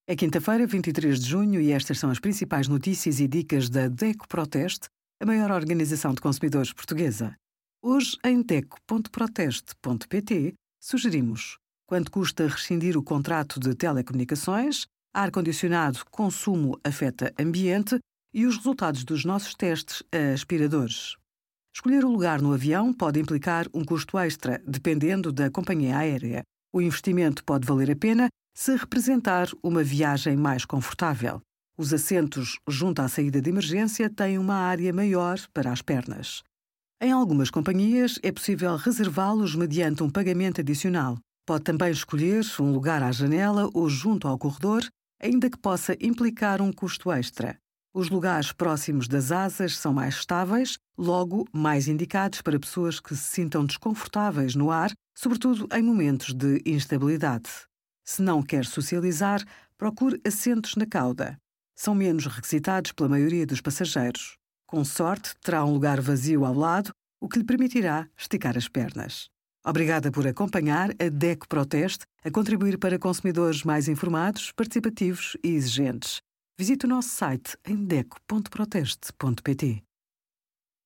É quinta-feira, 23 de junho, e estas são as principais notícias e dicas da DECO Proteste, a maior organização de consumidores portuguesa. Hoje, em DECO.proteste.pt, sugerimos: quanto custa rescindir o contrato de telecomunicações, ar-condicionado, consumo afeta ambiente e os resultados dos nossos testes a aspiradores. Escolher o lugar no avião pode implicar um custo extra, dependendo da companhia aérea. O investimento pode valer a pena se representar uma viagem mais confortável. Os assentos junto à saída de emergência têm uma área maior para as pernas. Em algumas companhias é possível reservá-los mediante um pagamento adicional. Pode também escolher um lugar à janela ou junto ao corredor, ainda que possa implicar um custo extra. Os lugares próximos das asas são mais estáveis, logo mais indicados para pessoas que se sintam desconfortáveis no ar, sobretudo em momentos de instabilidade. Se não quer socializar, procure assentos na cauda. São menos requisitados pela maioria dos passageiros. Com sorte, terá um lugar vazio ao lado, o que lhe permitirá esticar as pernas. Obrigada por acompanhar a DECO Proteste a contribuir para consumidores mais informados, participativos e exigentes. Visite o nosso site em deco.proteste.pt.